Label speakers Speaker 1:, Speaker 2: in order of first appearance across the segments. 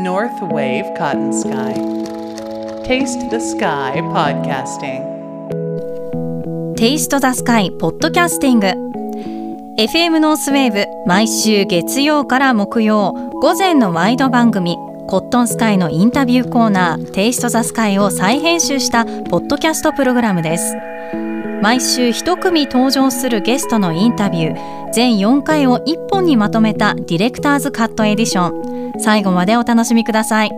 Speaker 1: North Wave Cotton Sky. Taste the Sky Podcasting.
Speaker 2: Taste the Sky ポッドキャスティング FM ノースウェーブ、毎週月曜から木曜午前のワイド番組コットンスカイのインタビューコーナーテイストザスカイを再編集したポッドキャストプログラムです。毎週一組登場するゲストのインタビュー全4回を1本にまとめたディレクターズカットエディション、最後までお楽しみください。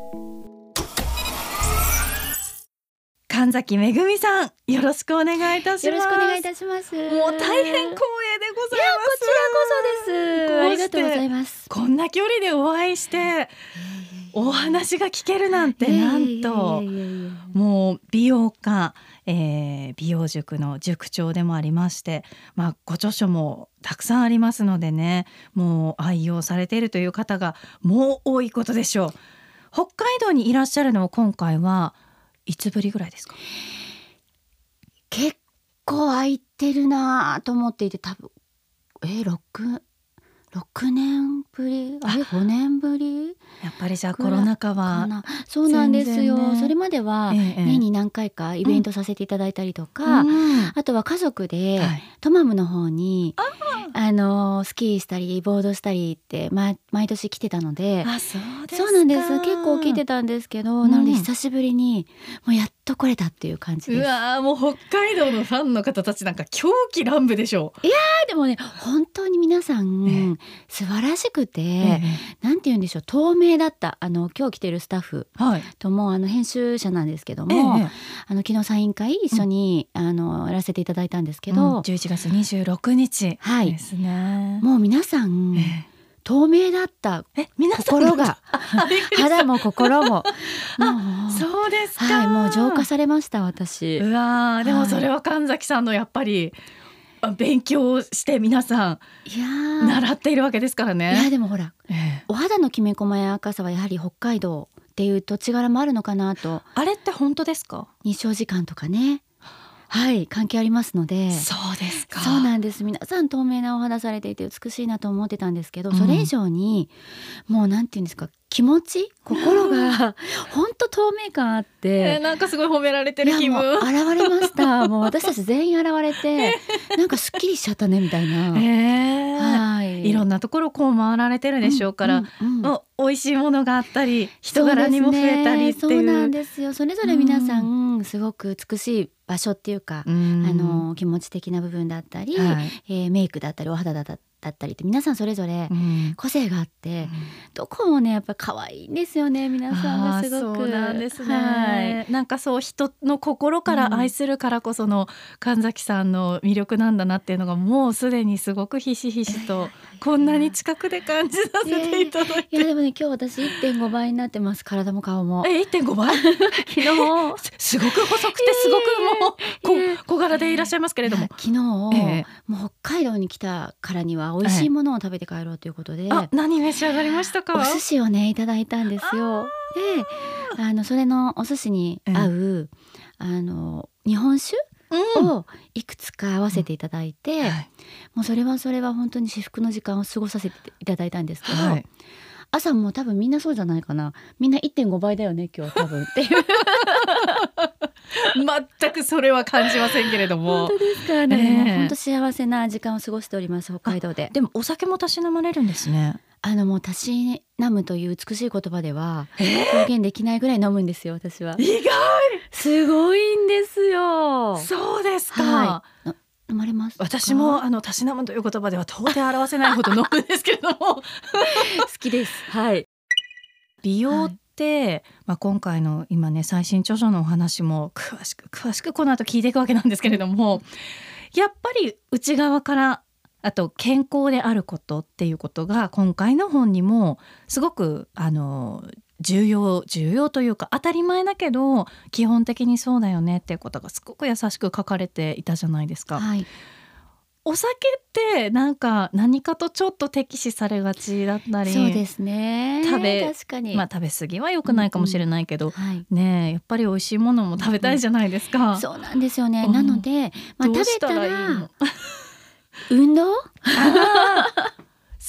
Speaker 2: 神崎めぐみさん、よろしくお願いいたします。
Speaker 3: よろしくお願いいたします。
Speaker 2: もう大変光栄でございます。
Speaker 3: いや、こちらこそです。ありがとうございます。
Speaker 2: こんな距離でお会いしてお話が聞けるなんて、なんともう美容家、美容塾の塾長でもありまして、ご著書もたくさんありますのでね、もう愛用されているという方がもう多いことでしょう。北海道にいらっしゃるのも今回はいつぶりぐらいですか？
Speaker 3: 結構空いてるなと思っていて、多分6年ぶり、5年ぶり。
Speaker 2: やっぱりじゃあコロナ禍は
Speaker 3: そうなんですよ、
Speaker 2: ね、
Speaker 3: それまでは年に何回かイベントさせていただいたりとか、あとは家族でトマムの方に、スキーしたりボードしたりって、毎年来てたので。そうなんです。結構来てたんですけど、なので久しぶりにもうやっと来れたっていう感じです。
Speaker 2: うわ、もう北海道のファンの方たちなんか狂気乱舞でしょう。
Speaker 3: いやでもね、本当に皆さん素晴らしくて、なんて言うんでしょう、透明だった。今日来てるスタッフとも、編集者なんですけども、昨日サイン会一緒に、やらせていただいたんですけど、
Speaker 2: 11月26日ですね。
Speaker 3: もう皆さん、透明だった。心が肌も心も
Speaker 2: そうですか。
Speaker 3: もう浄化されました私。
Speaker 2: うわ、でもそれは神崎さんのやっぱり勉強して皆さん習っているわけですからね。
Speaker 3: いやでもほら、お肌のきめ細やかさはやはり北海道っていう土地柄もあるのかなと。
Speaker 2: あれって本当ですか？
Speaker 3: 日照時間とかね、関係ありますので。
Speaker 2: そうですか。
Speaker 3: そうなんです。皆さん透明なお肌されていて美しいなと思ってたんですけど、それ以上にもうなんていうんですか、気持ち心が本当透明感あって、
Speaker 2: なんかすごい褒められてる気分。
Speaker 3: 現れました。もう私たち全員現れて、なんかすっきりしちゃったねみたいな。
Speaker 2: いろんなところこう回られてるでしょうから、美味しいものがあったり人柄にも増えたりっていう。
Speaker 3: そうなんですよ。それぞれ皆さんすごく美しい場所っていうか、気持ち的な部分だったり、メイクだったりお肌だったりって皆さんそれぞれ個性があって、どこもねやっぱ可愛いんですよね、皆さんがすごく。
Speaker 2: そうなんですね。なんかそう人の心から愛するからこその神崎さんの魅力なんだなっていうのがもうすでにすごくひしひしとこんなに近くで感じさせていただいて。
Speaker 3: いやでもね、今日私 1.5 倍になってます。体も顔も。
Speaker 2: 1.5 倍
Speaker 3: 昨日
Speaker 2: すごく細くてすごくもう小柄でいらっしゃいますけれども、
Speaker 3: 昨日もう北海道に来たからには美味しいものを食べて帰ろうということで、
Speaker 2: 何召し上がりましたか？
Speaker 3: お寿司をねいただいたんですよ。で、それのお寿司に合う、日本酒をいくつか合わせていただいて、もうそれは本当に至福の時間を過ごさせていただいたんですけど、朝も多分みんなそうじゃないかな。みんな 1.5 倍だよね今日多分っていう
Speaker 2: 全くそれは感じませんけれども。
Speaker 3: 本当ですかね。本当幸せな時間を過ごしております、北海道で。
Speaker 2: でもお酒もたしなまれるんですね。
Speaker 3: もうたしなむという美しい言葉では表現できないぐらい飲むんですよ、私は。
Speaker 2: 意外、
Speaker 3: すごいんですよ。
Speaker 2: そうですか。
Speaker 3: 飲まれますか？
Speaker 2: 私もたしなむという言葉では到底表せないほど飲むんですけれども好
Speaker 3: きです。
Speaker 2: 美容って、今回の今ね最新著書のお話も詳しくこの後聞いていくわけなんですけれども、やっぱり内側からあと健康であることっていうことが今回の本にもすごく重要というか当たり前だけど基本的にそうだよねっていうことがすごく優しく書かれていたじゃないですか。お酒ってなんか何かとちょっと敵視されがちだったり。
Speaker 3: そうですね。確かに。
Speaker 2: 食べ過ぎは良くないかもしれないけど、ねえやっぱり美味しいものも食べたいじゃないですか。
Speaker 3: そうなんですよね。なので、
Speaker 2: どうしたらいいの？
Speaker 3: 運動
Speaker 2: す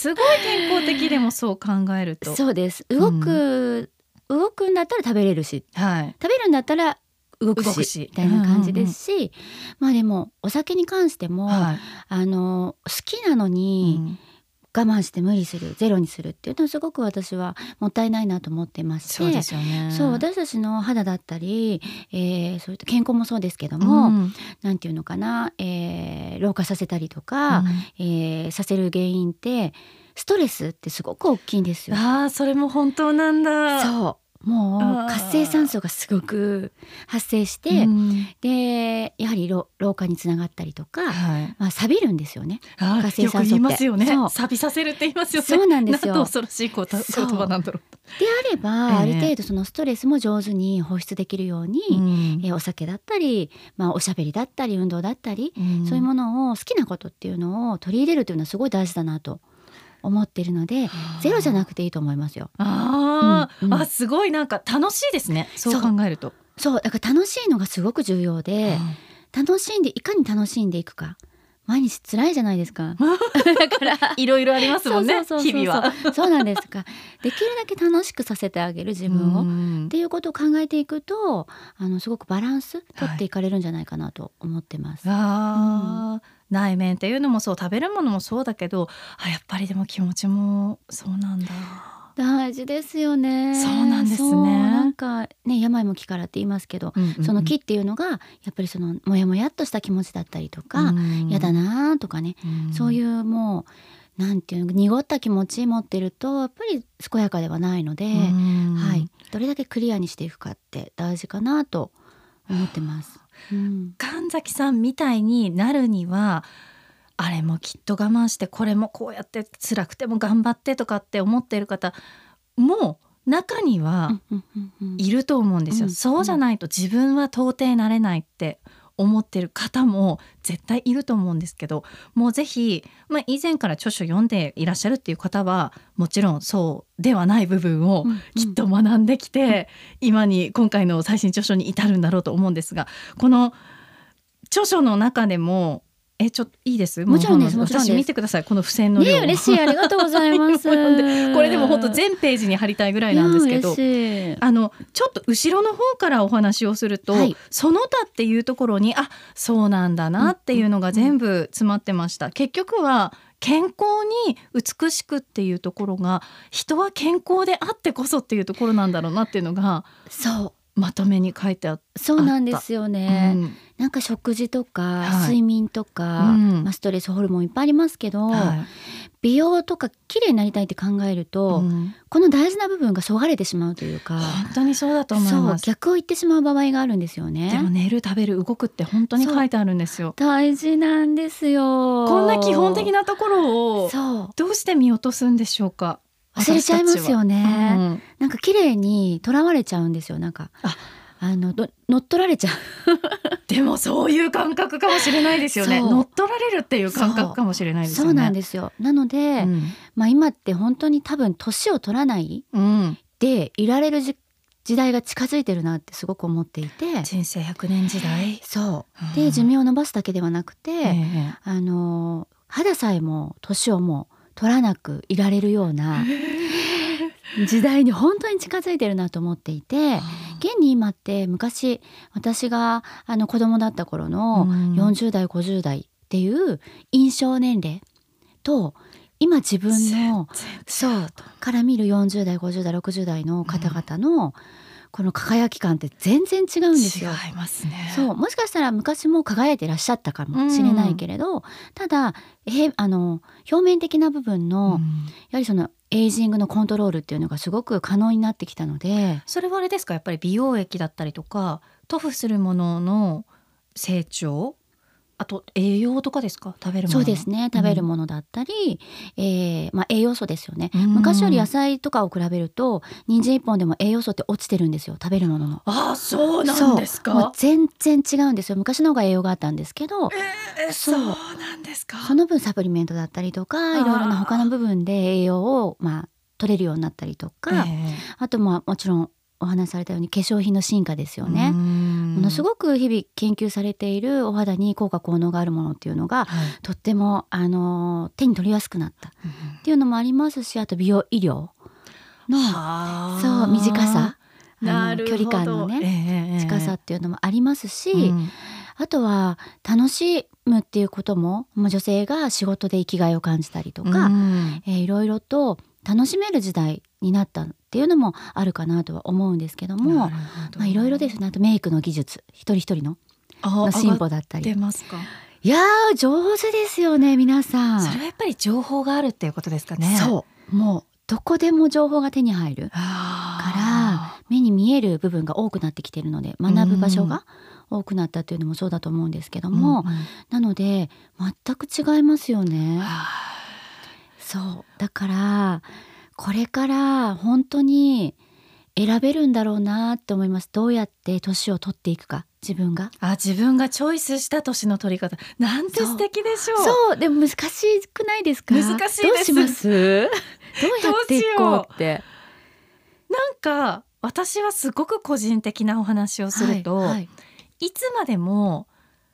Speaker 2: すごい健康的でもそう考えると。
Speaker 3: そうです。動くんだったら食べれるし、
Speaker 2: はい、
Speaker 3: 食べるんだったら動くしみたいな感じですし、まあでもお酒に関しても、
Speaker 2: はい、
Speaker 3: 好きなのに我慢して無理する、ゼロにするっていうのはすごく私はもったいないなと思ってまして、
Speaker 2: そうですよね。
Speaker 3: そう、私たちの肌だったり、そういった健康もそうですけども、なんていうのかな、老化させたりとか、させる原因ってストレスってすごく大きいんですよ。
Speaker 2: ああ、それも本当なんだ。
Speaker 3: そう、もう活性酸素がすごく発生して、でやはり老化につながったりとか、まあ、錆びるんですよね。活性酸素って
Speaker 2: よく言いますよね。
Speaker 3: そう、
Speaker 2: 錆びさせるって言いますよね。
Speaker 3: そうなんですよ。
Speaker 2: なんと恐ろしい言葉なんだろう。
Speaker 3: であれば、ある程度そのストレスも上手に放出できるように、お酒だったり、まあ、おしゃべりだったり運動だったり、そういうものを好きなことっていうのを取り入れるというのはすごい大事だなと思ってるので、ゼロじゃなくていいと思いますよ。
Speaker 2: すごいなんか楽しいですね。そう考えると。
Speaker 3: そうだから楽しいのがすごく重要で、いかに楽しんでいくか。毎日辛いじゃないですか。だから
Speaker 2: いろいろありますもんね。日々は。
Speaker 3: そうなんですか。できるだけ楽しくさせてあげる自分をっていうことを考えていくと、すごくバランス取っていかれるんじゃないかなと思ってます。
Speaker 2: 内面っていうのもそう、食べるものもそうだけど、やっぱりでも気持ちもそうなんだ。
Speaker 3: 大事ですよね。
Speaker 2: そうなんですね。
Speaker 3: なんかね、病も気からって言いますけど、その気っていうのがやっぱりそのモヤモヤっとした気持ちだったりとか、やだなとかね、そういうもうなんていうの、濁った気持ち持ってるとやっぱり健やかではないので、はい、どれだけクリアにしていくかって大事かなと思ってます。
Speaker 2: 神崎さんみたいになるには、あれもきっと我慢して、これもこうやって辛くても頑張ってとかって思っている方も中にはいると思うんですよ。そうじゃないと自分は到底なれないって思ってる方も絶対いると思うんですけど、もうぜひ、以前から著書読んでいらっしゃるっていう方はもちろんそうではない部分をきっと学んできて、今回の最新著書に至るんだろうと思うんですが、この著書の中でもちょっといいです？
Speaker 3: もちろんです。
Speaker 2: 私見てください、この付箋の量。
Speaker 3: 嬉しい、ありがとうございます。こ
Speaker 2: れでも本当全ページに貼りたいぐらいなんですけど、ちょっと後ろの方からお話をすると、その他っていうところにそうなんだなっていうのが全部詰まってました。結局は健康に美しくっていうところが、人は健康であってこそっていうところなんだろうなっていうのが、まとめに書いてあった。
Speaker 3: そうなんですよね。なんか食事とか睡眠とか、ストレスホルモンいっぱいありますけど、美容とか綺麗になりたいって考えると、この大事な部分がそがれてしまうというか、
Speaker 2: 本当にそうだと思います。
Speaker 3: 逆を言ってしまう場合があるんですよね。
Speaker 2: でも寝る、食べる、動くって本当に書いてあるんですよ。
Speaker 3: 大事なんですよ。
Speaker 2: こんな基本的なところをどうして見落とすんでしょうか。
Speaker 3: 忘れちゃいますよね。なんか綺麗にとらわれちゃうんですよ。なんか乗っ取られちゃう
Speaker 2: でもそういう感覚かもしれないですよね。乗っ取られるっていう感覚かもしれないですよね。
Speaker 3: そうなんですよ。なので、今って本当に多分年を取らないでいられる時代が近づいてるなってすごく思っていて、
Speaker 2: 人生100年時代。
Speaker 3: そうで、寿命を伸ばすだけではなくて、肌さえも年をもう取らなくいられるような時代に本当に近づいてるなと思っていて、現に今って昔私が子供だった頃の40代50代っていう印象年齢と、今自分のから見る40代50代60代の方々のこの輝き感って全然違うんですよ。
Speaker 2: 違いますね。
Speaker 3: もしかしたら昔も輝いてらっしゃったかもしれないけれど、ただ表面的な部分の、やはりそのエイジングのコントロールっていうのがすごく可能になってきたので。
Speaker 2: それはあれですか、やっぱり美容液だったりとか塗布するものの成長、あと栄養とかですか？食べるもの。
Speaker 3: そうですね、食べるものだったり、栄養素ですよね。昔より野菜とかを比べると人参一本でも栄養素って落ちてるんですよ、食べるものの。
Speaker 2: そうなんですか？
Speaker 3: もう全然違うんですよ。昔の方が栄養があったんですけど、
Speaker 2: そうなんですか？
Speaker 3: その分サプリメントだったりとか、いろいろな他の部分で栄養を取れるようになったりとか、あともちろんお話しされたように化粧品の進化ですよね。 ものすごく日々研究されているお肌に効果効能があるものっていうのが、とっても手に取りやすくなったっていうのもありますし、あと美容医療のそう短さ、距離感のね、近さっていうのもありますし、あとは楽しむっていうことも、女性が仕事で生きがいを感じたりとか、いろいろと楽しめる時代になったっていうのもあるかなとは思うんですけども、いろいろですね。あとメイクの技術、一人一人の進歩だったり。
Speaker 2: 出ますか？
Speaker 3: いやー上手ですよね皆さん。
Speaker 2: それはやっぱり情報があるっていうことですかね。
Speaker 3: そうもうどこでも情報が手に入るから目に見える部分が多くなってきているので、学ぶ場所が多くなったというのもそうだと思うんですけども、なので全く違いますよね。そうだからこれから本当に選べるんだろうなって思います。どうやって年を取っていくか、自分が
Speaker 2: チョイスした年の取り方なんて素敵でしょう。
Speaker 3: そうでも難しくないですか？
Speaker 2: 難しいです。
Speaker 3: どうします？どうやっていこうって。
Speaker 2: なんか私はすごく個人的なお話をすると、いつまでも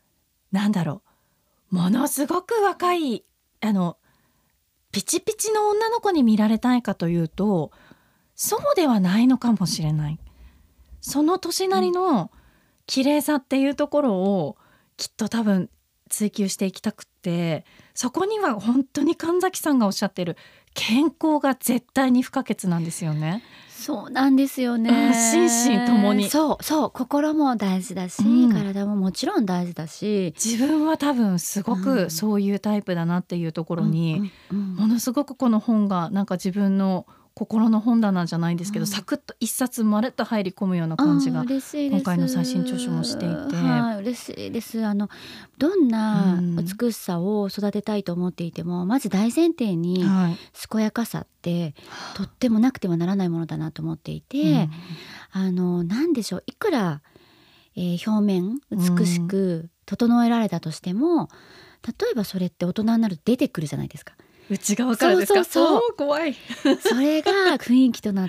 Speaker 2: ものすごく若いピチピチの女の子に見られたいかというとそうではないのかもしれない。その年なりの綺麗さっていうところをきっと多分追求していきたくて、そこには本当に神崎さんがおっしゃってる健康が絶対に不可欠なんですよね。
Speaker 3: そうなんですよね。
Speaker 2: 心身ともに。
Speaker 3: そう心も大事だし、体ももちろん大事だし、
Speaker 2: 自分は多分すごくそういうタイプだなっていうところに、ものすごくこの本がなんか自分の心の本棚じゃないですけど、サクッと一冊まるっと入り込むような感じが今回の最新著書もしていて、
Speaker 3: 嬉しいです。どんな美しさを育てたいと思っていても、まず大前提に健やかさってとってもなくてはならないものだなと思っていて、なんでしょう、いくら、表面美しく整えられたとしても、例えばそれって大人になると出てくるじゃないですか。
Speaker 2: 内側からですか？
Speaker 3: そう
Speaker 2: 怖い
Speaker 3: それが雰囲気となって、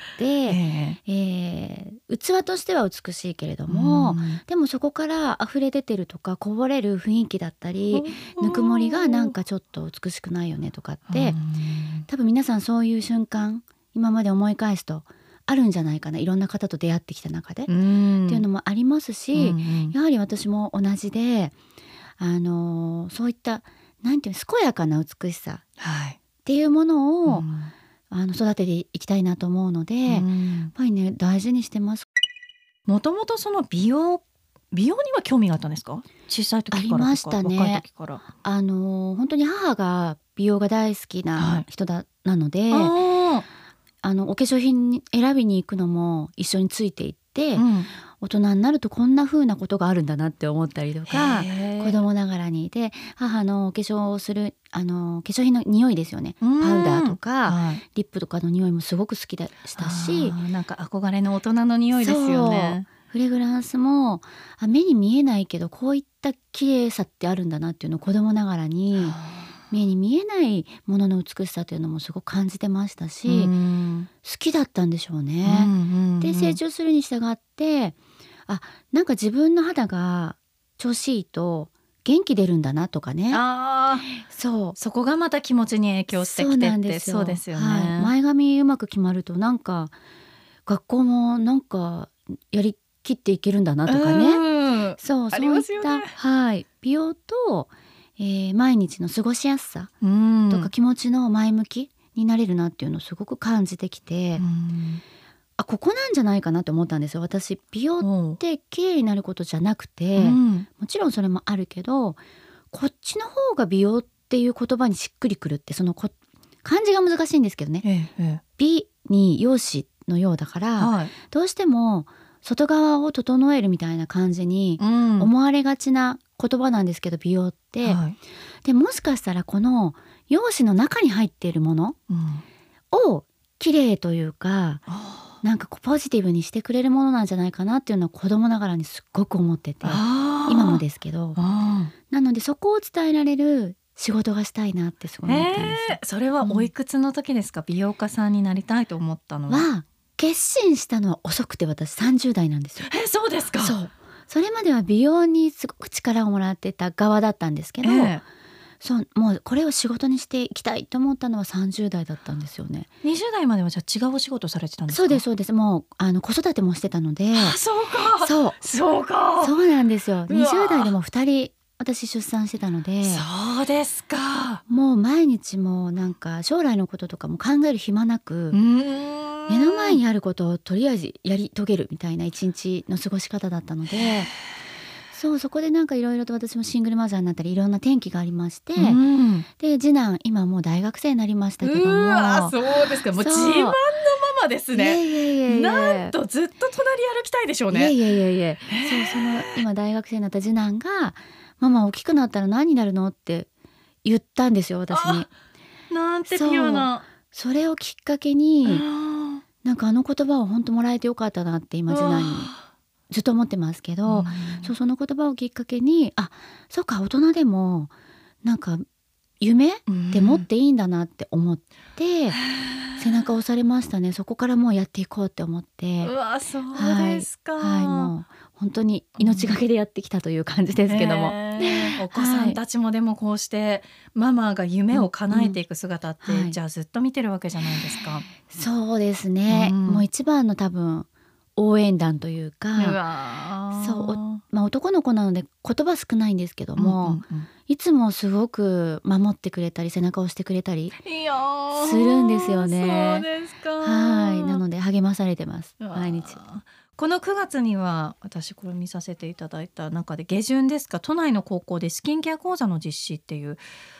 Speaker 3: 器としては美しいけれども、でもそこから溢れ出てるとかこぼれる雰囲気だったり、ぬくもりがなんかちょっと美しくないよねとかって、多分皆さんそういう瞬間今まで思い返すとあるんじゃないかな。いろんな方と出会ってきた中でっていうのもありますし、やはり私も同じで、そういったなんていう健やかな美しさっていうものを、育てていきたいなと思うので、やっぱりね大事にしてます。
Speaker 2: もともとその美容には興味があったんですか？小さい時からとか。ありましたね。若い時から。
Speaker 3: 本当に母が美容が大好きな人なので、お化粧品選びに行くのも一緒についていって、大人になるとこんな風なことがあるんだなって思ったりとか、子供ながらにで母のお化粧をする化粧品の匂いですよね、パウダーとか、リップとかの匂いもすごく好きでしたし、
Speaker 2: なんか憧れの大人の匂いですよね。
Speaker 3: フレグランスも目に見えないけどこういった綺麗さってあるんだなっていうのを子供ながらに目に見えないものの美しさというのもすごく感じてましたし、好きだったんでしょうね。で成長するに従ってなんか自分の肌が調子いいと元気出るんだなとかね。そ
Speaker 2: こがまた気持ちに影響してきてって。そうですよね。
Speaker 3: 前髪うまく決まるとなんか学校もなんかやりきっていけるんだなとかね。そういった、美容と、毎日の過ごしやすさとか気持ちの前向きになれるなっていうのをすごく感じてきて、ここなんじゃないかなと思ったんですよ。私美容って綺麗になることじゃなくて、もちろんそれもあるけど、こっちの方が美容っていう言葉にしっくりくるって、その漢字が難しいんですけどね、美に容姿のようだから、どうしても外側を整えるみたいな感じに思われがちな言葉なんですけど、美容って、でもしかしたらこの容姿の中に入っているものを綺麗というか、なんかポジティブにしてくれるものなんじゃないかなっていうのは子供ながらにすっごく思ってて、今もですけど、なのでそこを伝えられる仕事がしたいなってすごい思ったんですよ。
Speaker 2: それはおいくつの時ですか？美容家さんになりたいと思ったのは。
Speaker 3: 決心したのは遅くて、私30代なんですよ。
Speaker 2: そうですか。
Speaker 3: それまでは美容にすごく力をもらってた側だったんですけど、そうもうこれを仕事にしていきたいと思ったのは30代だったんですよね。
Speaker 2: 20代まではじゃあ違うお仕事されてたんですか？
Speaker 3: そうですそうです。もう子育てもしてたので。
Speaker 2: そうか
Speaker 3: そうなんですよ。
Speaker 2: うわ
Speaker 3: 20代でも2人私出産してたので、
Speaker 2: そうですか。
Speaker 3: もう毎日もうなんか将来のこととかも考える暇なく、目の前にあることをとりあえずやり遂げるみたいな一日の過ごし方だったので、そこでなんかいろいろと私もシングルマザーになったりいろんな転機がありまして、で次男今もう大学生になりましたけども。
Speaker 2: うわそうですか。もう自慢のママですね。なんとずっと隣歩きたいでしょうね。
Speaker 3: いえその今大学生になった次男がママ大きくなったら何になるのって言ったんですよ私に。
Speaker 2: なんてピュアな。
Speaker 3: それをきっかけになんかあの言葉を本当もらえてよかったなって今次男にずっと思ってますけど、その言葉をきっかけにそうか大人でもなんか夢って持っていいんだなって思って背中を押されましたね。そこからもうやっていこうって思って。
Speaker 2: うわそうですか。
Speaker 3: もう本当に命がけでやってきたという感じですけども、
Speaker 2: お子さんたちもでもこうしてママが夢を叶えていく姿って、じゃあずっと見てるわけじゃないですか。
Speaker 3: そうですね、もう一番の多分応援団というか、男の子なので言葉少ないんですけども、いつもすごく守ってくれたり背中を押してくれたりするんですよね。
Speaker 2: そうですか。
Speaker 3: なので励まされてます毎日。
Speaker 2: この9月には私これ見させていただいた中で下旬ですか、都内の高校でスキンケア講座の実施っていう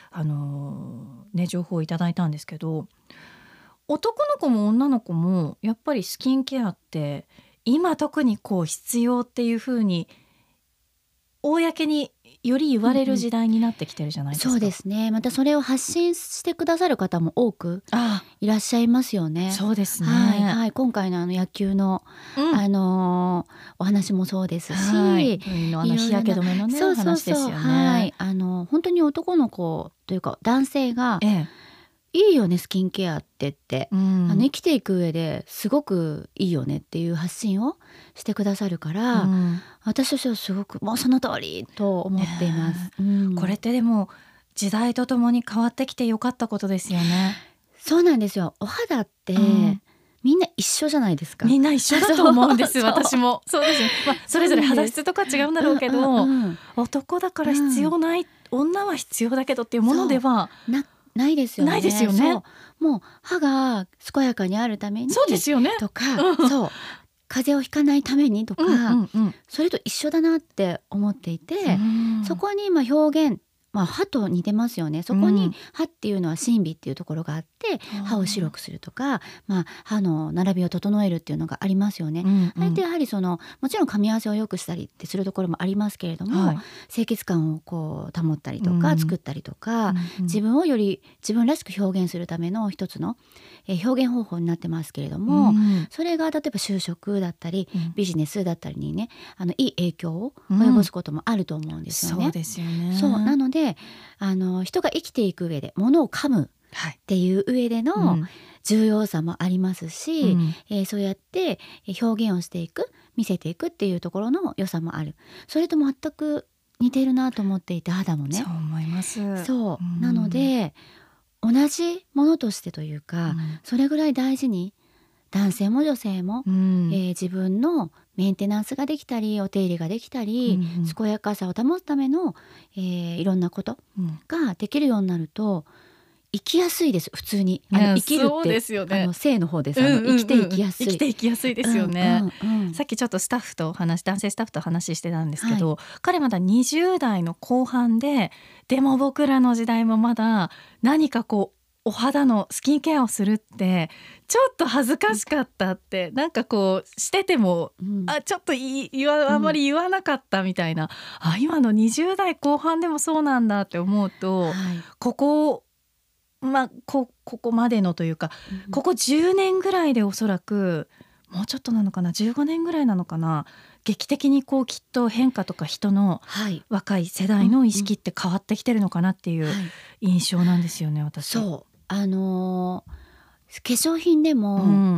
Speaker 2: 情報をいただいたんですけど、男の子も女の子もやっぱりスキンケアって今特にこう必要っていう風に公により言われる時代になってきてるじゃないですか。
Speaker 3: そうですね。またそれを発信してくださる方も多くいらっしゃいますよね。
Speaker 2: そうですね。
Speaker 3: 今回の野球の、お話もそうですし、
Speaker 2: 日焼け止めのねお話ですよね。
Speaker 3: 本当に男の子というか男性が、いいよねスキンケアってって、生きていく上ですごくいいよねっていう発信をしてくださるから、私としてはすごくもうその通りと思っています。
Speaker 2: これってでも時代とともに変わってきてよかったことですよね。
Speaker 3: そうなんですよ。お肌って、みんな一緒じゃないですか。
Speaker 2: みんな一緒だと思うんです私も。そうですよ、それぞれ肌質とか違うんだろうけど、男だから必要ない、女は必要だけどっていうものでは
Speaker 3: ないですよね。
Speaker 2: ないですよね。
Speaker 3: もう歯が健やかにあるために
Speaker 2: そうですよね
Speaker 3: とか、風邪をひかないためにとか、それと一緒だなって思っていて、そこに表現、歯と似てますよね。そこに歯っていうのは神秘っていうところがあって、歯を白くするとか、歯の並びを整えるっていうのがありますよね。あれってやはりもちろん噛み合わせを良くしたりってするところもありますけれども、清潔感をこう保ったりとか、作ったりとか、自分をより自分らしく表現するための一つの表現方法になってますけれども、それが例えば就職だったり、ビジネスだったりにねいい影響を及ぼすこともあると思うんですよね。
Speaker 2: そうですよね。
Speaker 3: なので人が生きていく上で物を噛むっていう上での重要さもありますし、そうやって表現をしていく、見せていくっていうところの良さもある。それと全く似てるなと思っていて、肌もね。
Speaker 2: そう思います。
Speaker 3: なので同じものとしてというか、それぐらい大事に男性も女性も、自分のメンテナンスができたりお手入れができたり、健やかさを保つための、いろんなことができるようになると生きやすいです。普通に生きるって性の方です。生きていきやすい、
Speaker 2: 生きていきやすいですよね。さっきちょっと男性スタッフと話してたんですけど、彼まだ20代の後半でも僕らの時代もまだ何かこうお肌のスキンケアをするってちょっと恥ずかしかったって、なんかこうしてても、ちょっとあんまり言わなかったみたいな、今の20代後半でもそうなんだって思うと、ここまでのというか、ここ10年ぐらいでおそらくもうちょっとなのかな、15年ぐらいなのかな、劇的にこうきっと変化とか人の若い世代の意識って変わってきてるのかなっていう印象なんですよね、私。
Speaker 3: 化粧品でも、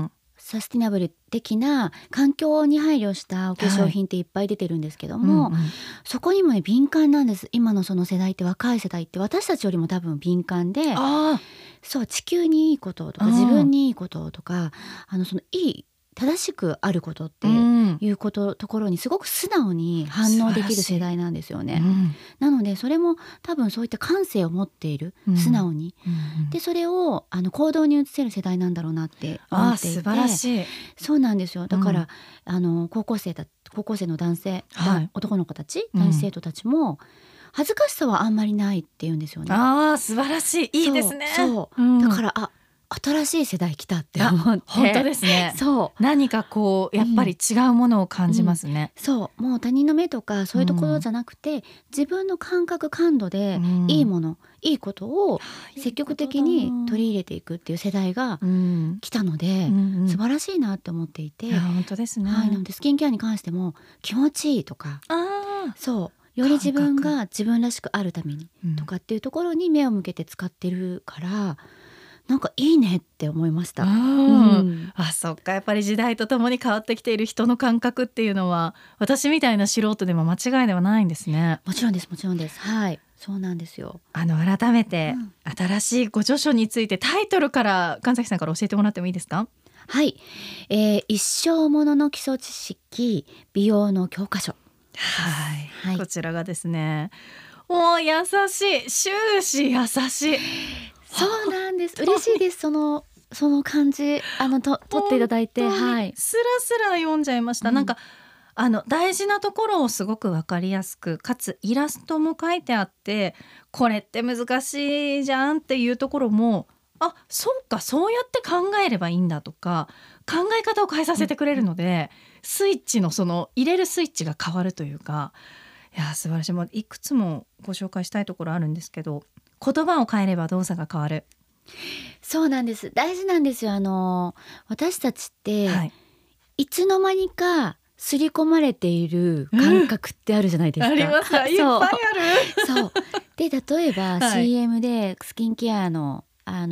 Speaker 3: サスティナブル的な環境に配慮したお化粧品っていっぱい出てるんですけども、そこにもね敏感なんです。今のその世代って若い世代って私たちよりも多分敏感で、そう地球にいいこととか自分にいいこととかそのいい正しくあることっていうところにすごく素直に反応できる世代なんですよね。なのでそれも多分そういった感性を持っている、素直に、でそれを行動に移せる世代なんだろうなって思っていて、
Speaker 2: 素晴らしい。
Speaker 3: そうなんですよ。だから、高校生の男性、男の子たち、男子生徒たちも恥ずかしさはあんまりないって言うんですよね。
Speaker 2: 素晴らしい。いいですね。
Speaker 3: だから新しい世代来たって思って。
Speaker 2: 本当ですね。そう何かこうやっぱり違うものを感じますね。
Speaker 3: そうもう他人の目とかそういうところじゃなくて、自分の感覚感度でいいもの、いいことを積極的に取り入れていくっていう世代が来たので、素晴らしいなって思っていて。
Speaker 2: 本当ですね。
Speaker 3: なのでスキンケアに関しても気持ちいいとか、そうより自分が自分らしくあるためにとかっていうところに目を向けて使ってるから、なんかいいねって思いました。
Speaker 2: そっか、やっぱり時代とともに変わってきている人の感覚っていうのは私みたいな素人でも間違いではないんですね。
Speaker 3: もちろんです、もちろんです。はい、そうなんですよ。
Speaker 2: 改めて、新しいご著書についてタイトルから神崎さんから教えてもらってもいいですか？
Speaker 3: はい、一生ものの基礎知識美容の教科書。
Speaker 2: こちらがですね、もう優しい、終始優しい。
Speaker 3: そうなんです。嬉しいです。その感じ取っていただいて、ス
Speaker 2: ラスラ読んじゃいました。なんか大事なところをすごく分かりやすく、かつイラストも書いてあって、これって難しいじゃんっていうところも、そうか、そうやって考えればいいんだとか、考え方を変えさせてくれるので、スイッチの入れるスイッチが変わるというか、いや素晴らしい。もういくつもご紹介したいところあるんですけど、言葉を変えれば動作が変わる。
Speaker 3: そうなんです。大事なんですよ。私たちって、いつの間にか刷り込まれている感覚ってあるじゃないですか。
Speaker 2: ありますか？いっぱいある。
Speaker 3: そうで、例えば CM でスキンケアの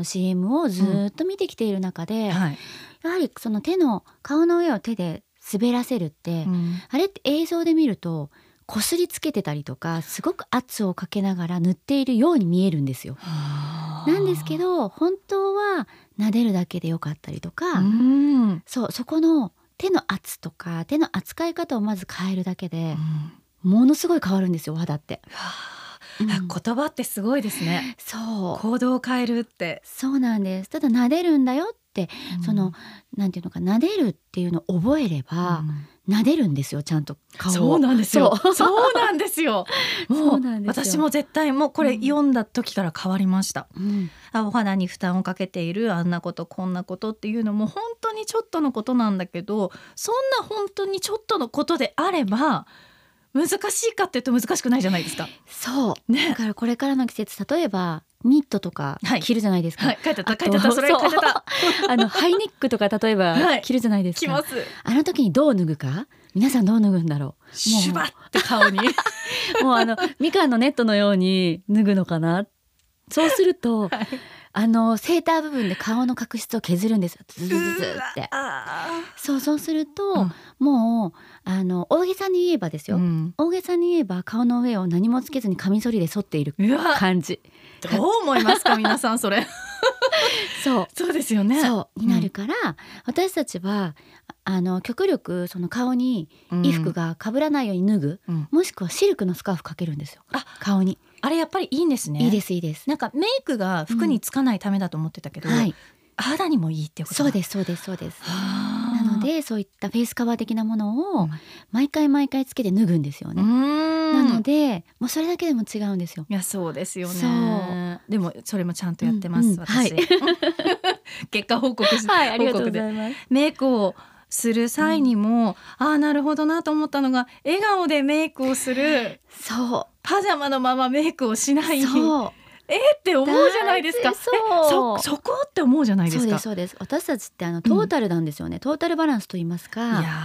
Speaker 3: CM をずっと見てきている中で、やはりその顔の上を手で滑らせるって、あれって映像で見るとこすりつけてたりとか、すごく圧をかけながら塗っているように見えるんですよ。なんですけど本当は撫でるだけでよかったりとか、そこの手の圧とか手の扱い方をまず変えるだけで、ものすごい変わるんですよ、お肌って。
Speaker 2: 言葉ってすごいですね。行動を変えるって。
Speaker 3: そうなんです。ただ撫でるんだよって、なんていうのか、撫でるっていうのを覚えれば、撫でるんですよ、ちゃんと顔を。
Speaker 2: そうなんですよ。そうなんですよ。もう私も絶対もうこれ読んだ時から変わりました。お肌に負担をかけているあんなことこんなことっていうのも本当にちょっとのことなんだけど、そんな本当にちょっとのことであれば難しいかっていうと難しくないじゃないですか。
Speaker 3: そうね。だからこれからの季節、例えばニットとか着るじゃないですか。
Speaker 2: 書いてたそれ書いてた。
Speaker 3: ハイネックとか例えば着るじゃないですか。
Speaker 2: 着ます。
Speaker 3: あの時にどう脱ぐか、皆さんどう脱ぐんだろう。
Speaker 2: シュバッて顔に
Speaker 3: もうみかんのネットのように脱ぐのかな。そうすると、セーター部分で顔の角質を削るんですよ。ズズズズって。そうすると、もう大げさに言えばですよ、大げさに言えば顔の上を何もつけずにカミソリで剃っている感じ。
Speaker 2: どう思いますか皆さんそれ。そうですよね。
Speaker 3: そうになるから、私たちは極力その顔に衣服が被らないように脱ぐ、もしくはシルクのスカーフかけるんですよ、顔に。
Speaker 2: あれやっぱりいいんですね。
Speaker 3: いいですいいです。
Speaker 2: なんかメイクが服につかないためだと思ってたけど、肌にもいいってこと。
Speaker 3: そうです。なのでそういったフェイスカバー的なものを毎回つけて脱ぐんですよね。なのでもうそれだけでも違うんですよ。
Speaker 2: いやそうですよね。でもそれもちゃんとやってます、私。結果報告して、
Speaker 3: ありがとうございます。
Speaker 2: メイクをする際にも、なるほどなと思ったのが、笑顔でメイクをする。パジャマのままメイクをしない。って思うじゃないですか。そこって思うじゃないですか。
Speaker 3: そうです。私たちってトータルなんですよね。トータルバランスと言いますか、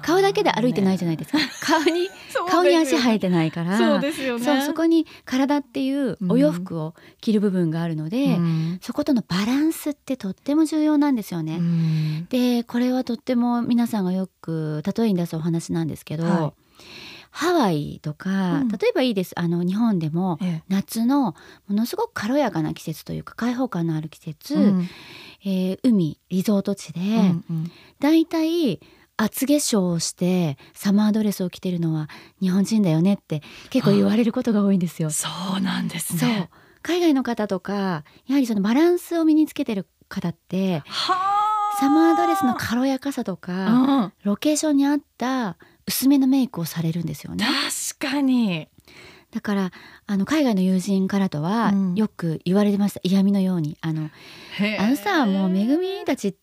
Speaker 3: 顔だけで歩いてないじゃないですか。顔に足生えてないから、
Speaker 2: そうですよね。
Speaker 3: そこに体っていうお洋服を着る部分があるので、そことのバランスってとっても重要なんですよね。でこれはとっても皆さんがよく例えに出すお話なんですけど、ハワイとか、例えばいいです。日本でも夏のものすごく軽やかな季節というか開放感のある季節、海リゾート地で、だいたい厚化粧をしてサマードレスを着てるのは日本人だよねって結構言われることが多いんですよ。
Speaker 2: そうなんですね。
Speaker 3: そう海外の方とかやはりそのバランスを身につけてる方ってサマードレスの軽やかさとか、ロケーションに合った薄めのメイクをされるんですよね。
Speaker 2: 確かに。
Speaker 3: だから海外の友人からとはよく言われてました。嫌味のようにあのさもうめぐみたちって、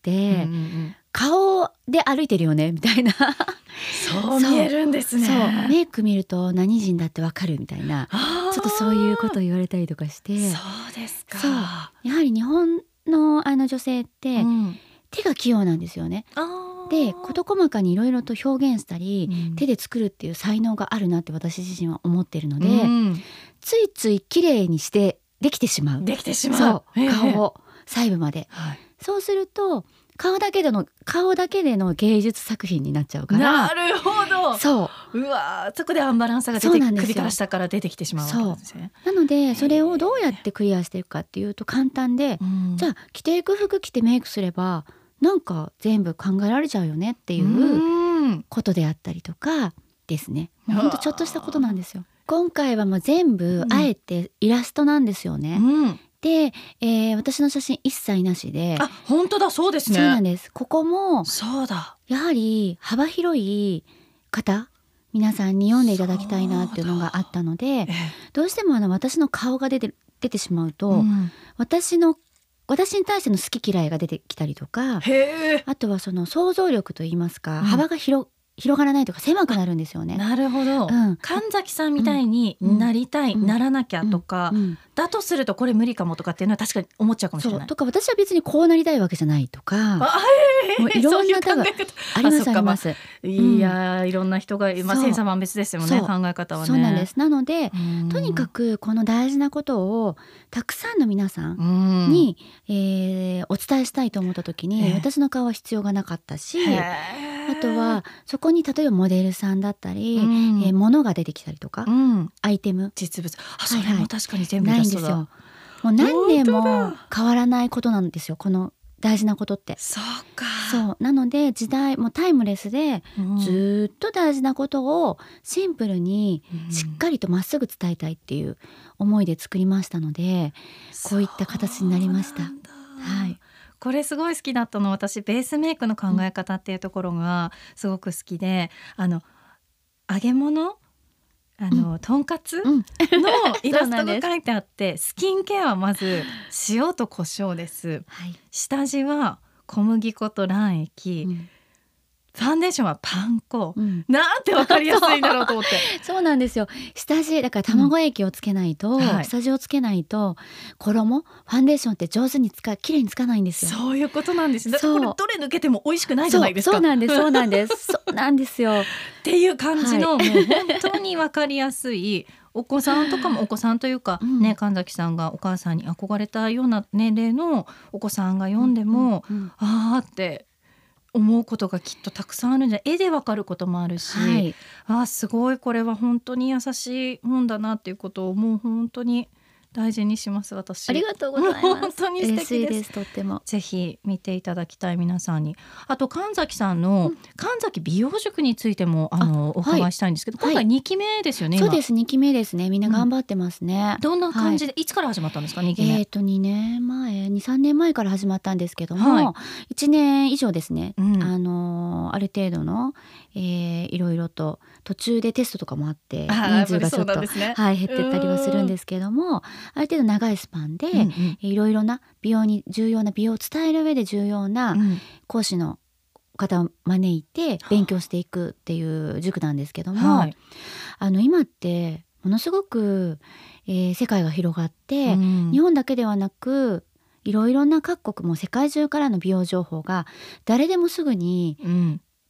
Speaker 3: 顔で歩いてるよねみたいな
Speaker 2: そう見えるんですね。
Speaker 3: そうメイク見ると何人だってわかるみたいな、ちょっとそういうことを言われたりとかして。
Speaker 2: そうですか。
Speaker 3: そうやはり日本の女性って、手が器用なんですよね。で事細かにいろいろと表現したり、手で作るっていう才能があるなって私自身は思ってるので、ついつい綺麗にしてできてしまう。そう顔を細部まで、そうすると顔だけでの芸術作品になっちゃうから。
Speaker 2: なるほど。うわそこでアンバランスが出て首から下から出てきてしまうわけですね。
Speaker 3: なのでそれをどうやってクリアしていくかっていうと簡単で、じゃあ着ていく服着てメイクすればなんか全部考えられちゃうよねっていうことであったりとかですね。ほんとちょっとしたことなんですよ。今回はもう全部あえてイラストなんですよね。で、私の写真一切なしで。
Speaker 2: 本当だそうですね。
Speaker 3: そうなんです。ここも
Speaker 2: そうだ。
Speaker 3: やはり幅広い方皆さんに読んでいただきたいなっていうのがあったので、どうしても私の顔が出てしまうと、私に対しての好き嫌いが出てきたりとか、あとはその想像力といいますか、幅が広がらないとか狭くなるんですよね。
Speaker 2: なるほど、神崎さんみたいになりたい、ならなきゃとか、だとするとこれ無理かもとかっていうのは確かに思っちゃうかもしれない。
Speaker 3: とか私は別にこうなりたいわけじゃないとか、もういろんな多分あります。
Speaker 2: いやいろんな人が千差万別ですよね、考え方はね。
Speaker 3: そうなんです。なのでとにかくこの大事なことをたくさんの皆さんに、お伝えしたいと思った時に、私の顔は必要がなかったし、あとはそこに例えばモデルさんだったり、物が出てきたりとか、アイテム
Speaker 2: 実物それも確かに全部
Speaker 3: ないんですよ。もう何年も変わらないことなんですよ、この大事なことって。そうなので時代もタイムレスで、ずっと大事なことをシンプルにしっかりとまっすぐ伝えたいっていう思いで作りましたので、こういった形になりました。
Speaker 2: これすごい好きだったの。私ベースメイクの考え方っていうところがすごく好きで、揚げ物とんかつのイラストが書いてあってスキンケアはまず塩と胡椒です、下地は小麦粉と卵液、ファンデーションはパン粉、なんて分かりやすいんだろうと思って
Speaker 3: そうなんですよ。下地だから卵液をつけないと、下地をつけないと衣ファンデーションって上手に綺麗につかないんですよ。
Speaker 2: そういうことなんです。だからこれどれ抜けても美味しくないじゃないですか。
Speaker 3: そうなんですそうなんですよ
Speaker 2: っていう感じの、もう本当に分かりやすいお子さんとかもお子さんというか、神崎さんがお母さんに憧れたような年齢のお子さんが読んでも、あーって思うことがきっとたくさんあるんじゃない。絵でわかることもあるし、すごいこれは本当に優しい本だなっていうことをもう本当に大事にします。私
Speaker 3: ありがとうございます。
Speaker 2: 本当に素敵です。
Speaker 3: 嬉しいです。とっても
Speaker 2: ぜひ見ていただきたい皆さんに。あと神崎さんの、神崎美容塾についてもお伺いしたいんですけど、今回2期目ですよね。
Speaker 3: そうです、2期目ですね。みんな頑張ってますね。
Speaker 2: どんな感じで、いつから始まったんですか2期目。
Speaker 3: 2年前2,3年前から始まったんですけども、1年以上ですね、ある程度の、いろいろと途中でテストとかもあって人数がちょっと、減ってったりはするんですけども、ある程度長いスパンで、いろいろな美容に重要な美容を伝える上で重要な講師の方を招いて勉強していくっていう塾なんですけども、今ってものすごく、世界が広がって、日本だけではなくいろいろな各国も世界中からの美容情報が誰でもすぐに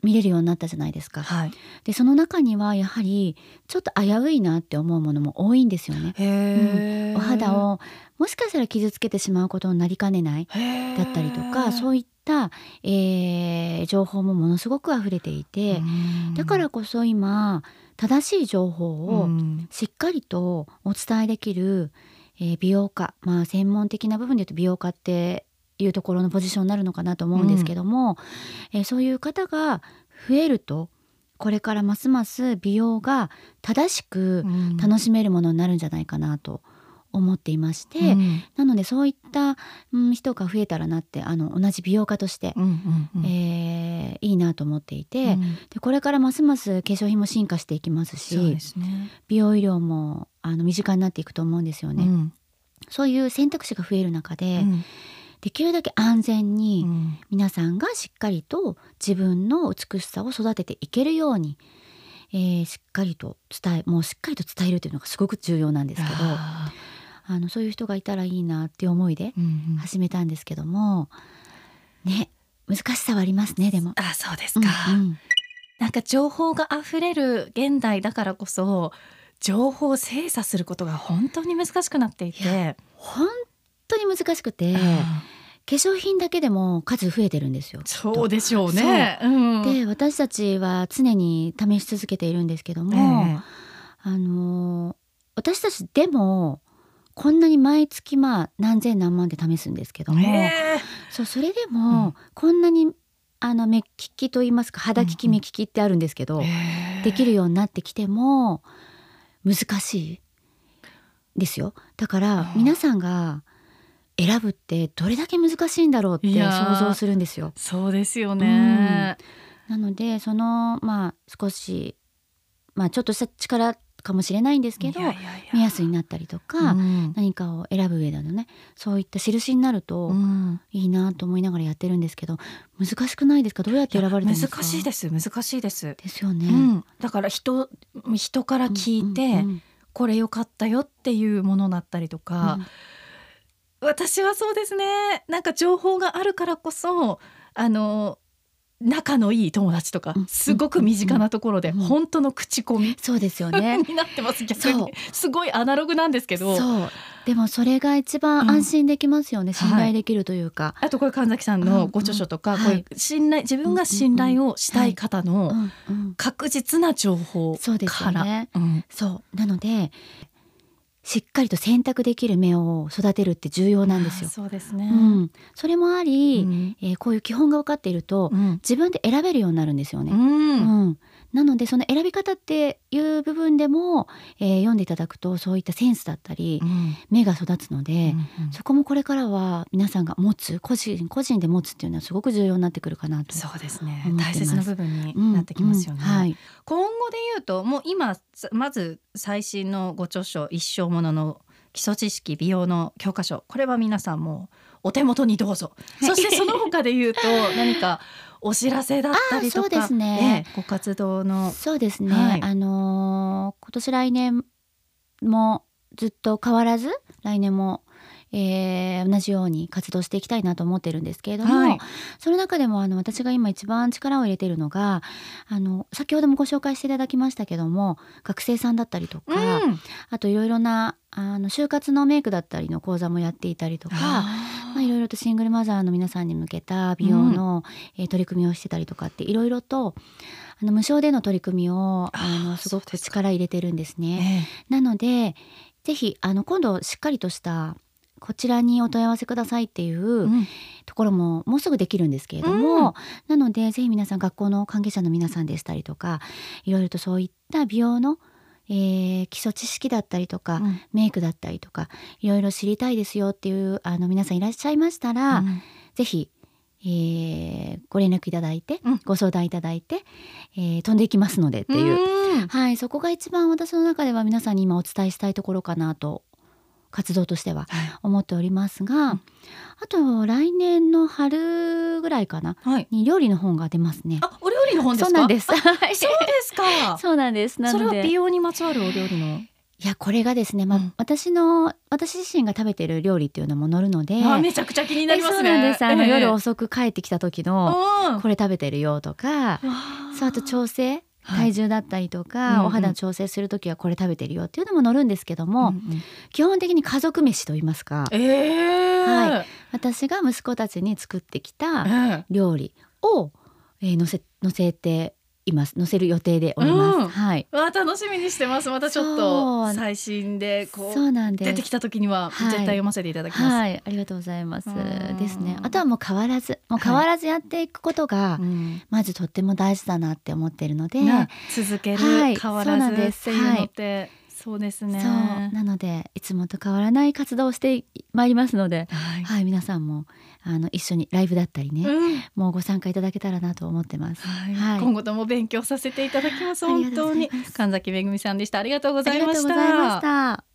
Speaker 3: 見れるようになったじゃないですか。
Speaker 2: はい、
Speaker 3: でその中にはやはりちょっと危ういなって思うものも多いんですよね。
Speaker 2: へー、
Speaker 3: お肌をもしかしたら傷つけてしまうことになりかねないだったりとか、そういった、情報もものすごく溢れていて、だからこそ今正しい情報をしっかりとお伝えできる、美容家、専門的な部分で言うと美容家っていうところのポジションになるのかなと思うんですけども、そういう方が増えるとこれからますます美容が正しく楽しめるものになるんじゃないかなと思っていまして、なのでそういった、人が増えたらなって同じ美容家として、いいなと思っていて、でこれからますます化粧品も進化していきますし、
Speaker 2: そうですね、
Speaker 3: 美容医療も身近になっていくと思うんですよね。そういう選択肢が増える中で、できるだけ安全に皆さんがしっかりと自分の美しさを育てていけるように、しっかりと伝えるというのがすごく重要なんですけど、そういう人がいたらいいなっていう思いで始めたんですけども、ね、難しさはありますね。でも
Speaker 2: そうですか、なんか情報があふれる現代だからこそ情報を精査することが本当に難しくなっていて、
Speaker 3: 本当に難しくて、化粧品だけでも数増えてるんですよ。
Speaker 2: そうでしょうね。
Speaker 3: で私たちは常に試し続けているんですけども、私たちでもこんなに毎月何千何万で試すんですけども、それでもこんなに目利きといいますか肌利き目利きってあるんですけど、できるようになってきても難しいですよ。だから皆さんが選ぶってどれだけ難しいんだろうって想像するんですよ。
Speaker 2: そうですよね。
Speaker 3: なので少しちょっとした力かもしれないんですけど、目安になったりとか、何かを選ぶ上でのね、そういった印になるといいなと思いながらやってるんですけど、難しくないですか？どうやって選ばれてるんですか？
Speaker 2: 難しいです
Speaker 3: ですよね。
Speaker 2: だから人から聞いて、これ良かったよっていうものだったりとか、私はそうですね、なんか情報があるからこそ仲のいい友達とか、すごく身近なところで本当の口コミ、
Speaker 3: そうですよね
Speaker 2: になってます。逆にすごいアナログなんですけど、
Speaker 3: でもそれが一番安心できますよね、信頼できるというか。
Speaker 2: あとこれ神崎さんのご著書とか、こういう自分が信頼をしたい方の確実な情報から、
Speaker 3: そうですよね。なのでしっかりと選択できる芽を育てるって重要なんですよ。
Speaker 2: そうですね。
Speaker 3: それもあり、こういう基本が分かっていると、自分で選べるようになるんですよね。なのでその選び方っていう部分でも、読んでいただくとそういったセンスだったり、芽が育つので、そこもこれからは皆さんが持つ個人で持つっていうのはすごく重要になってくるかなと。
Speaker 2: そうですね、大切な部分になってきますよね。今後で言うともう今まず最新のご著書一生ものの基礎知識美容の教科書、これは皆さんもお手元にどうぞ。そしてその他で言うと何かお知らせだったりとか、
Speaker 3: そうですね、
Speaker 2: ご活動の。
Speaker 3: そうですね、今年来年もずっと変わらず来年も、同じように活動していきたいなと思ってるんですけれども、その中でも私が今一番力を入れているのが先ほどもご紹介していただきましたけども、学生さんだったりとか、あといろいろな就活のメイクだったりの講座もやっていたりとか、いろいろとシングルマザーの皆さんに向けた美容の、取り組みをしてたりとかっていろいろと無償での取り組みをすごく力入れてるんですね。なのでぜひ今度しっかりとしたこちらにお問い合わせくださいっていうところももうすぐできるんですけれども、なのでぜひ皆さん学校の関係者の皆さんでしたりとか、いろいろとそういった美容の、基礎知識だったりとか、メイクだったりとかいろいろ知りたいですよっていう皆さんいらっしゃいましたら、ぜひ、ご連絡いただいて、ご相談いただいて、飛んでいきますのでっていう、そこが一番私の中では皆さんに今お伝えしたいところかなと活動としては思っておりますが、あと来年の春ぐらいかな、に料理の本が出ますね。
Speaker 2: お料理の本ですか？
Speaker 3: そうなんです。
Speaker 2: そうですか。
Speaker 3: そうなんです。なので
Speaker 2: それは美容にまつわるお料理の。
Speaker 3: いやこれがですね、私自身が食べてる料理っていうのも載るので、
Speaker 2: めちゃくちゃ気になりますね。
Speaker 3: そうなんです。夜遅く帰ってきた時のこれ食べてるよとか、そうあと調整体重だったりとか、お肌の調整する時はこれ食べてるよっていうのも載るんですけども、基本的に家族飯と言いますか、はい、私が息子たちに作ってきた料理を、載せています。載せる予定でおります。はい。
Speaker 2: 楽しみにしてます。またちょっと最新で
Speaker 3: そうなんです。
Speaker 2: 出てきた時には絶対読ませていただきます。
Speaker 3: はい、ありがとうございます。ですね。あとはもう変わらずやっていくことが、まずとっても大事だなって思っているので、
Speaker 2: 続ける、変わらずっていうのって、そうですね。
Speaker 3: そうなのでいつもと変わらない活動をしてまいりますので、皆さんも一緒にライブだったりね、もうご参加いただけたらなと思ってます。
Speaker 2: 今後とも勉強させていただきます。本当に神崎めぐみさんでした。ありがとうございました。